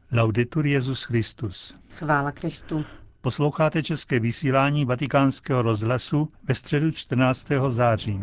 Laudetur Jesus Christus. Chvála Kristu. Posloucháte české vysílání Vatikánského rozhlasu ve středu 14. září.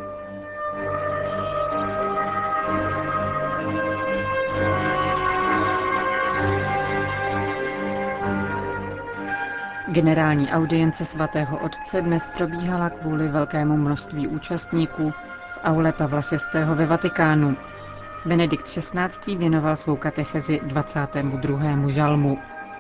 Generální audience svatého otce dnes probíhala kvůli velkému množství účastníků v aule Pavla VI. Ve Vatikánu. Benedikt XVI. Věnoval svou katechezi 22. žalmu.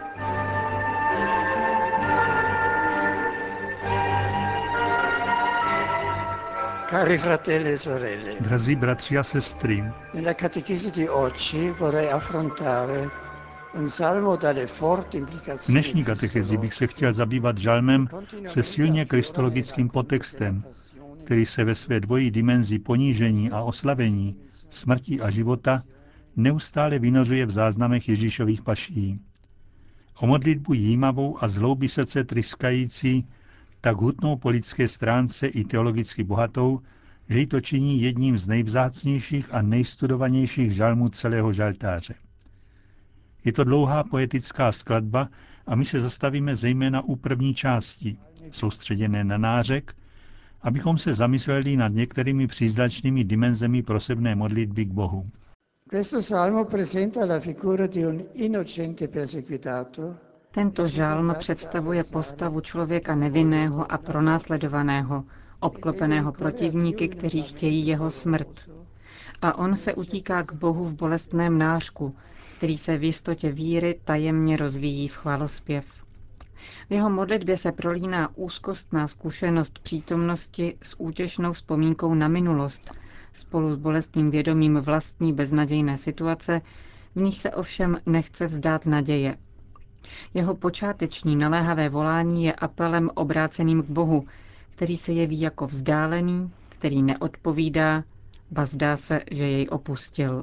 Cari fratelli e sorelle, Drazí bratři a sestry, nella catechesi di oggi vorrei affrontare un salmo dalle forti v implicazioni dnešní katechezi bych se chtěl zabývat žalmem se silně kristologickým podtextem, který se ve své dvojí dimenzi ponížení a oslavení, smrti a života neustále vynořuje v záznamech Ježíšových paší. O modlitbu jímavou a z hloubi srdce tryskající, tak hutnou po lidské stránce i teologicky bohatou, že ji to činí jedním z nejvzácnějších a nejstudovanějších žalmů celého žaltáře. Je to dlouhá poetická skladba a my se zastavíme zejména u první části, soustředěné na nářek, abychom se zamysleli nad některými příznačnými dimenzemi prosebné modlitby k Bohu. Questo salmo presenta la figura di un innocente perseguitato. Tento žalm představuje postavu člověka nevinného a pronásledovaného, obklopeného protivníky, kteří chtějí jeho smrt. A on se utíká k Bohu v bolestném nářku, který se v jistotě víry tajemně rozvíjí v chvalospěv. V jeho modlitbě se prolíná úzkostná zkušenost přítomnosti s útěšnou vzpomínkou na minulost, spolu s bolestným vědomím vlastní beznadějné situace, v níž se ovšem nechce vzdát naděje. Jeho počáteční naléhavé volání je apelem obráceným k Bohu, který se jeví jako vzdálený, který neodpovídá, ba zdá se, že jej opustil.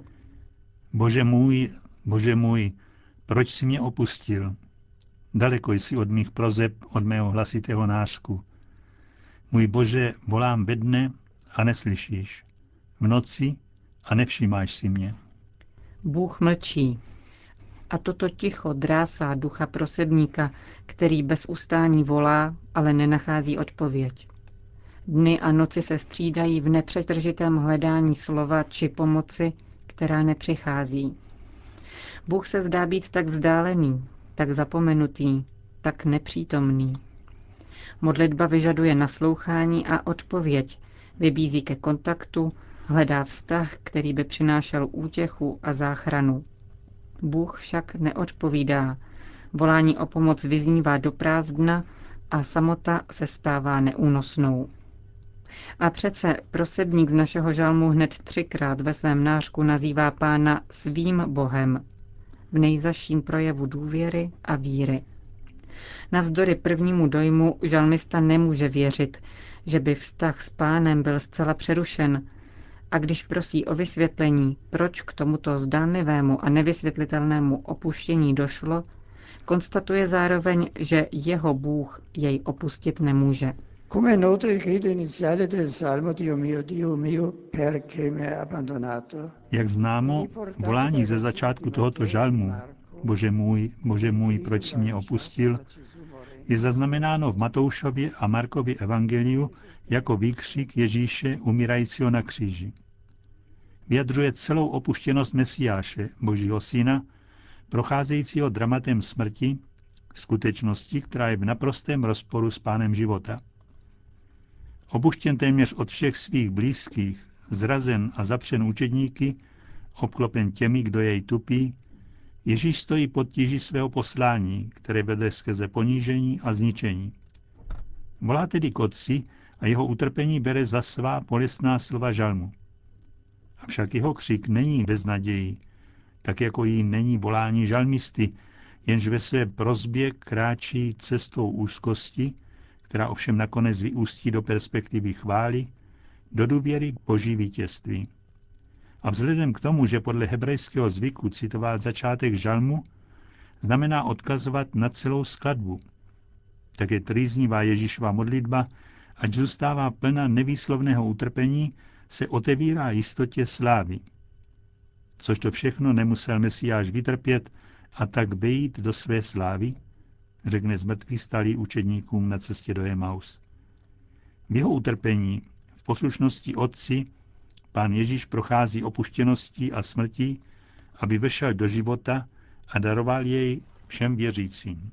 Bože můj, proč jsi mě opustil? Daleko jsi od mých prozeb, od mého hlasitého nářku. Můj Bože, volám ve dne a neslyšíš. V noci a nevšímáš si mě. Bůh mlčí. A toto ticho drásá ducha prosebníka, který bez ustání volá, ale nenachází odpověď. Dny a noci se střídají v nepřetržitém hledání slova či pomoci, která nepřichází. Bůh se zdá být tak vzdálený, tak zapomenutý, tak nepřítomný. Modlitba vyžaduje naslouchání a odpověď, vybízí ke kontaktu, hledá vztah, který by přinášel útěchu a záchranu. Bůh však neodpovídá. Volání o pomoc vyznívá do prázdna a samota se stává neúnosnou. A přece prosebník z našeho žalmu hned 3krát ve svém nářku nazývá Pána svým Bohem, v nejzazším projevu důvěry a víry. Navzdory prvnímu dojmu žalmista nemůže věřit, že by vztah s Pánem byl zcela přerušen, a když prosí o vysvětlení, proč k tomuto zdánlivému a nevysvětlitelnému opuštění došlo, konstatuje zároveň, že jeho Bůh jej opustit nemůže. Come è noto il grido iniziale del salmo Dio mio, perché mi hai abbandonato? Jak známo, volání ze začátku tohoto žalmu, Bože můj, proč jsi mě opustil, je zaznamenáno v Matoušově a Markově evangeliu jako výkřik Ježíše umírajícího na kříži. Vyjadřuje celou opuštěnost Mesiáše, Božího syna, procházejícího dramatem smrti, skutečnosti, která je v naprostém rozporu s Pánem života. Opuštěn téměř od všech svých blízkých, zrazen a zapřen učedníky, obklopen těmi, kdo jej tupí, Ježíš stojí pod tíží svého poslání, které vede skrze ponížení a zničení. Volá tedy k Otci a jeho utrpení bere za svá bolestná slova žalmu. Avšak jeho křik není bez naději, tak jako jí není volání žalmisty, jenž ve své prosbě kráčí cestou úzkosti, která ovšem nakonec vyústí do perspektivy chvály, do důvěry k Boží vítězství. A vzhledem k tomu, že podle hebrejského zvyku citovat začátek žalmu, znamená odkazovat na celou skladbu. Tak je trýznivá Ježíšova modlitba, ať zůstává plná nevýslovného utrpení, se otevírá jistotě slávy. Což to všechno nemusel Mesiáš vytrpět a tak vejít do své slávy, řekne zmrtvých stálý učedníkům na cestě do Emaus. V jeho utrpení, v poslušnosti Otci, Pán Ježíš prochází opuštěností a smrtí, aby vešel do života a daroval jej všem věřícím.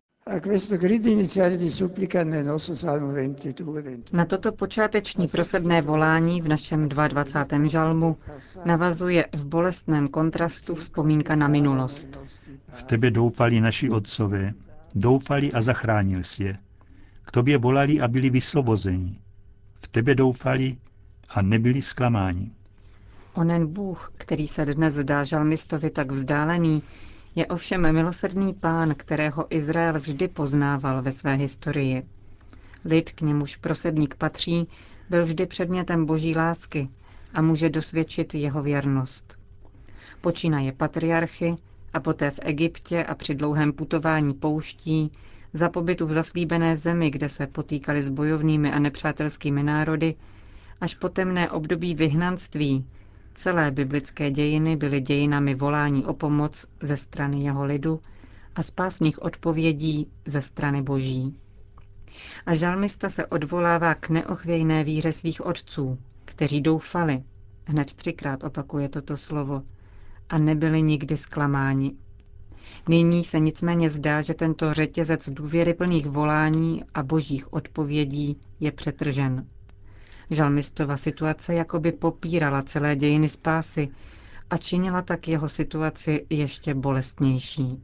Na toto počáteční prosebné volání v našem 22. žalmu navazuje v bolestném kontrastu vzpomínka na minulost. V tebe doufali naši otcové, doufali a zachránil jsi je. K tobě volali a byli vysvobozeni. V tebe doufali a nebyli zklamáni. Onen Bůh, který se dnes zdá žalmistovi tak vzdálený, je ovšem milosrdný Pán, kterého Izrael vždy poznával ve své historii. Lid, k němuž prosebník patří, byl vždy předmětem boží lásky a může dosvědčit jeho věrnost. Počínaje patriarchy a poté v Egyptě a při dlouhém putování pouští, za pobytu v zaslíbené zemi, kde se potýkali s bojovnými a nepřátelskými národy, až po temné období vyhnanství, celé biblické dějiny byly dějinami volání o pomoc ze strany jeho lidu a spásných odpovědí ze strany boží. A žalmista se odvolává k neochvějné víře svých otců, kteří doufali, hned 3krát opakuje toto slovo, a nebyli nikdy zklamáni. Nyní se nicméně zdá, že tento řetězec důvěryplných volání a božích odpovědí je přetržen. Žalmistova situace jakoby popírala celé dějiny spásy a činila tak jeho situaci ještě bolestnější.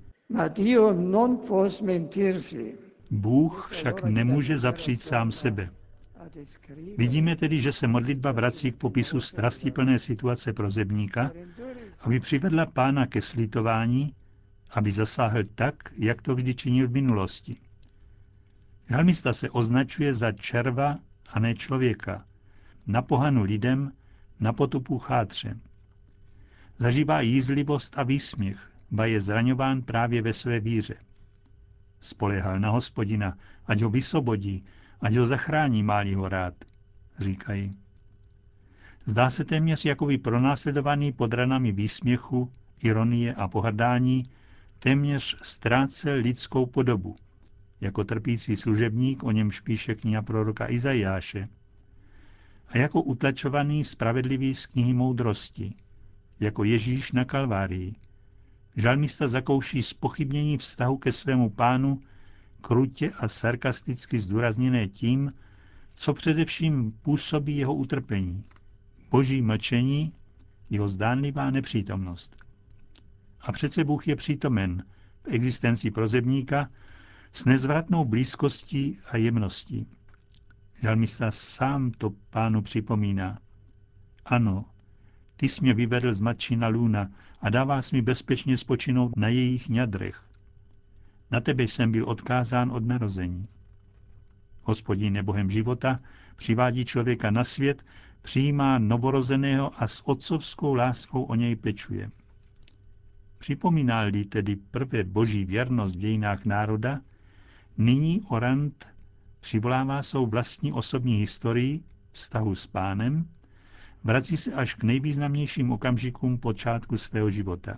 Bůh však nemůže zapřít sám sebe. Vidíme tedy, že se modlitba vrací k popisu strastiplné situace prosebníka, aby přivedla Pána ke slitování, aby zasáhl tak, jak to vždy činil v minulosti. Žalmista se označuje za červa a ne člověka, na pohanu lidem, na potupu chátře. Zažívá jízlivost a výsměch, ba je zraňován právě ve své víře. Spoléhal na Hospodina, ať ho vysvobodí, ať ho zachrání, má-li ho rád, říkají. Zdá se téměř jako by pronásledovaný pod ranami výsměchu, ironie a pohrdání téměř ztrácel lidskou podobu, jako trpící služebník, o němž píše kniha proroka Izajáše, a jako utlačovaný spravedlivý z knihy moudrosti, jako Ježíš na Kalvárii. Žalmista zakouší zpochybnění vztahu ke svému Pánu, krutě a sarkasticky zdůrazněné tím, co především působí jeho utrpení, boží mlčení, jeho zdánlivá nepřítomnost. A přece Bůh je přítomen v existenci prosebníka s nezvratnou blízkostí a jemností. Žalmista sám to Pánu připomíná. Ano, ty jsi mě vyvedl z matčina lůna a dáváš mi bezpečně spočinout na jejich ňadrech. Na tebe jsem byl odkázán od narození. Hospodin je Bohem života, přivádí člověka na svět, přijímá novorozeného a s otcovskou láskou o něj pečuje. Připomíná-li tedy prvé boží věrnost v dějinách národa, nyní Orant přivolává svou vlastní osobní historii vztahu s Pánem, vrací se až k nejvýznamnějším okamžikům počátku svého života.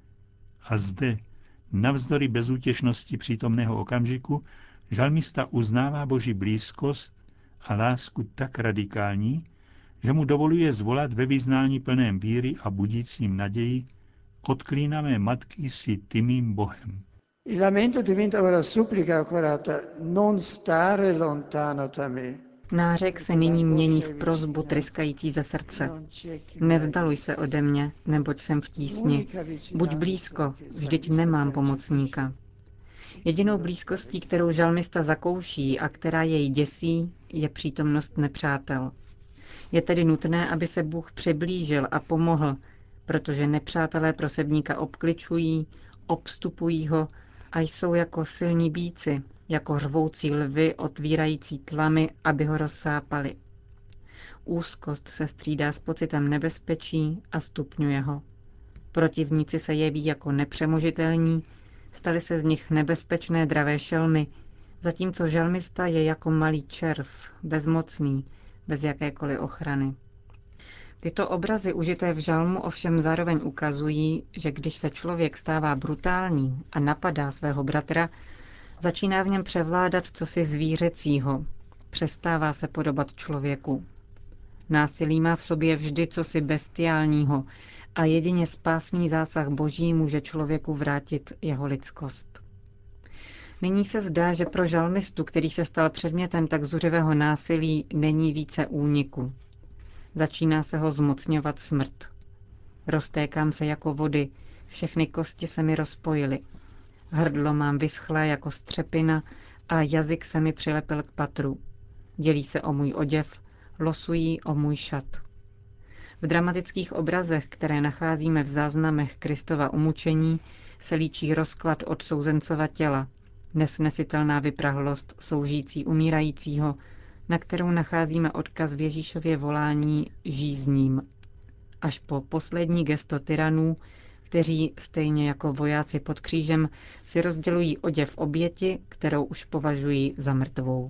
A zde, navzdory bezútěšnosti přítomného okamžiku, žalmista uznává boží blízkost a lásku tak radikální, že mu dovoluje zvolat ve vyznání plném víry a budícím naději: odklína mé matky si ty mým Bohem. Il lamento diventa ora supplica accorata, non stare lontano da me. Nářek se nyní mění v prosbu tryskající ze srdce. Nevzdaluj se ode mě, neboť jsem v tísni. Buď blízko, vždyť nemám pomocníka. Jedinou blízkostí, kterou žalmista zakouší a která jej děsí, je přítomnost nepřátel. Je tedy nutné, aby se Bůh přiblížil a pomohl, protože nepřátelé prosebníka obkličují, obstupují ho a jsou jako silní býci, jako řvoucí lvy otvírající tlamy, aby ho rozsápali. Úzkost se střídá s pocitem nebezpečí a stupňuje ho. Protivníci se jeví jako nepřemožitelní, staly se z nich nebezpečné dravé šelmy, zatímco žalmista je jako malý červ, bezmocný, bez jakékoliv ochrany. Tyto obrazy užité v žalmu ovšem zároveň ukazují, že když se člověk stává brutální a napadá svého bratra, začíná v něm převládat cosi zvířecího, přestává se podobat člověku. Násilí má v sobě vždy cosi bestiálního a jedině spásný zásah Boží může člověku vrátit jeho lidskost. Nyní se zdá, že pro žalmistu, který se stal předmětem tak zuřivého násilí, není více úniku. Začíná se ho zmocňovat smrt. Roztékám se jako vody, všechny kosti se mi rozpojily. Hrdlo mám vyschlé jako střepina a jazyk se mi přilepil k patru. Dělí se o můj oděv, losují o můj šat. V dramatických obrazech, které nacházíme v záznamech Kristova umučení, se líčí rozklad odsouzencova těla, nesnesitelná vyprahlost soužící umírajícího, na kterou nacházíme odkaz v Ježíšově volání žij s ním. Až po poslední gesto tyranů, kteří, stejně jako vojáci pod křížem, si rozdělují oděv oběti, kterou už považují za mrtvou.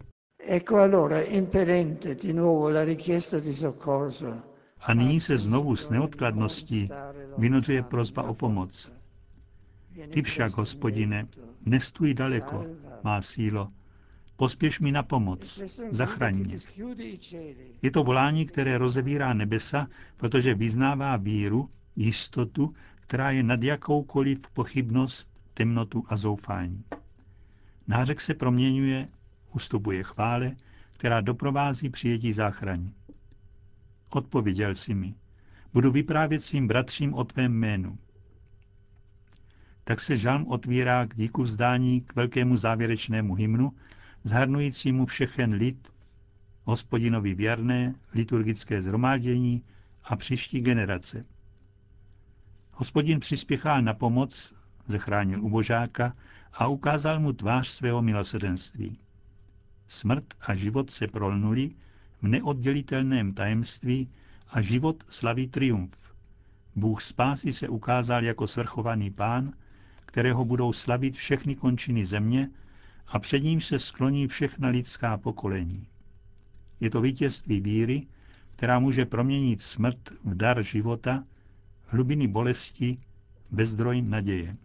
A nyní se znovu s neodkladností vynořuje prosba o pomoc. Ty však, Hospodine, nestůj daleko, má sílo. Pospěš mi na pomoc, zachraň mě. Je to volání, které rozevírá nebesa, protože vyznává víru, jistotu, která je nad jakoukoliv pochybnost, temnotu a zoufání. Nářek se proměňuje, ustupuje chvále, která doprovází přijetí záchrany. Odpověděl si mi, budu vyprávět svým bratřím o tvém jménu. Tak se žalm otvírá k díku vzdání k velkému závěrečnému hymnu, zhrnujícímu všechen lid, Hospodinovi věrné, liturgické shromáždění a příští generace. Hospodin přispěchal na pomoc, zachránil ubožáka a ukázal mu tvář svého milosrdenství. Smrt a život se prolnuli v neoddělitelném tajemství a život slaví triumf. Bůh spásy se ukázal jako svrchovaný pán, kterého budou slavit všechny končiny země a před ním se skloní všechna lidská pokolení. Je to vítězství víry, která může proměnit smrt v dar života, hlubiny bolesti, bezdroj naděje.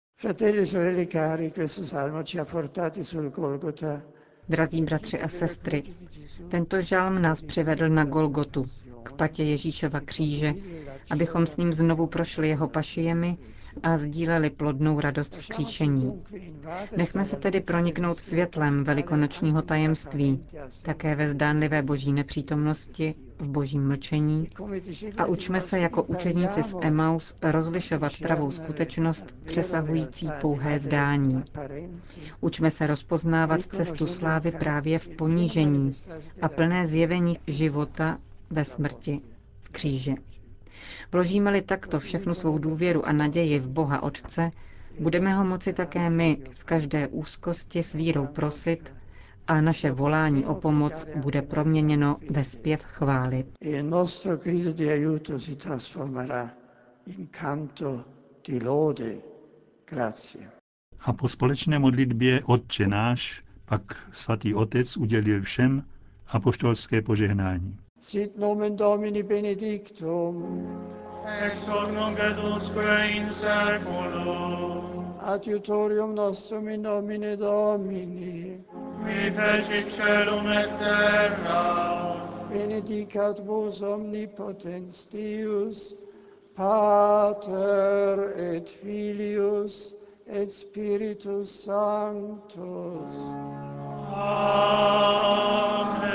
Drazí bratři a sestry, tento žalm nás přivedl na Golgotu, k patě Ježíšova kříže, abychom s ním znovu prošli jeho pašijemi a sdíleli plodnou radost vzkříšení. Nechme se tedy proniknout světlem velikonočního tajemství, také ve zdánlivé boží nepřítomnosti, v božím mlčení a učme se jako učedníci z Emaus rozlišovat pravou skutečnost přesahující pouhé zdání. Učme se rozpoznávat cestu slávy právě v ponížení a plné zjevení života ve smrti, v kříži. Vložíme-li takto všechnu svou důvěru a naději v Boha Otce, budeme ho moci také my v každé úzkosti s vírou prosit a naše volání o pomoc bude proměněno ve zpěv chvály. A po společné modlitbě Otče náš pak svatý Otec udělil všem apoštolské požehnání. Sit nomen Domini benedictum, ex hoc nunc et usque in seculum, adiutorium nostrum in nomine Domini, qui fecit caelum et terra, benedicat vos omnipotens Deus, Pater et Filius et Spiritus Sanctus. Amen.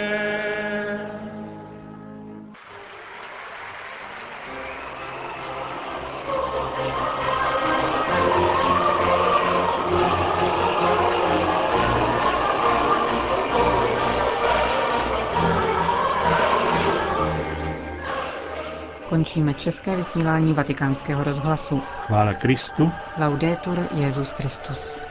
Končíme české vysílání Vatikánského rozhlasu. Chvála Kristu. Laudetur Jesus Christus.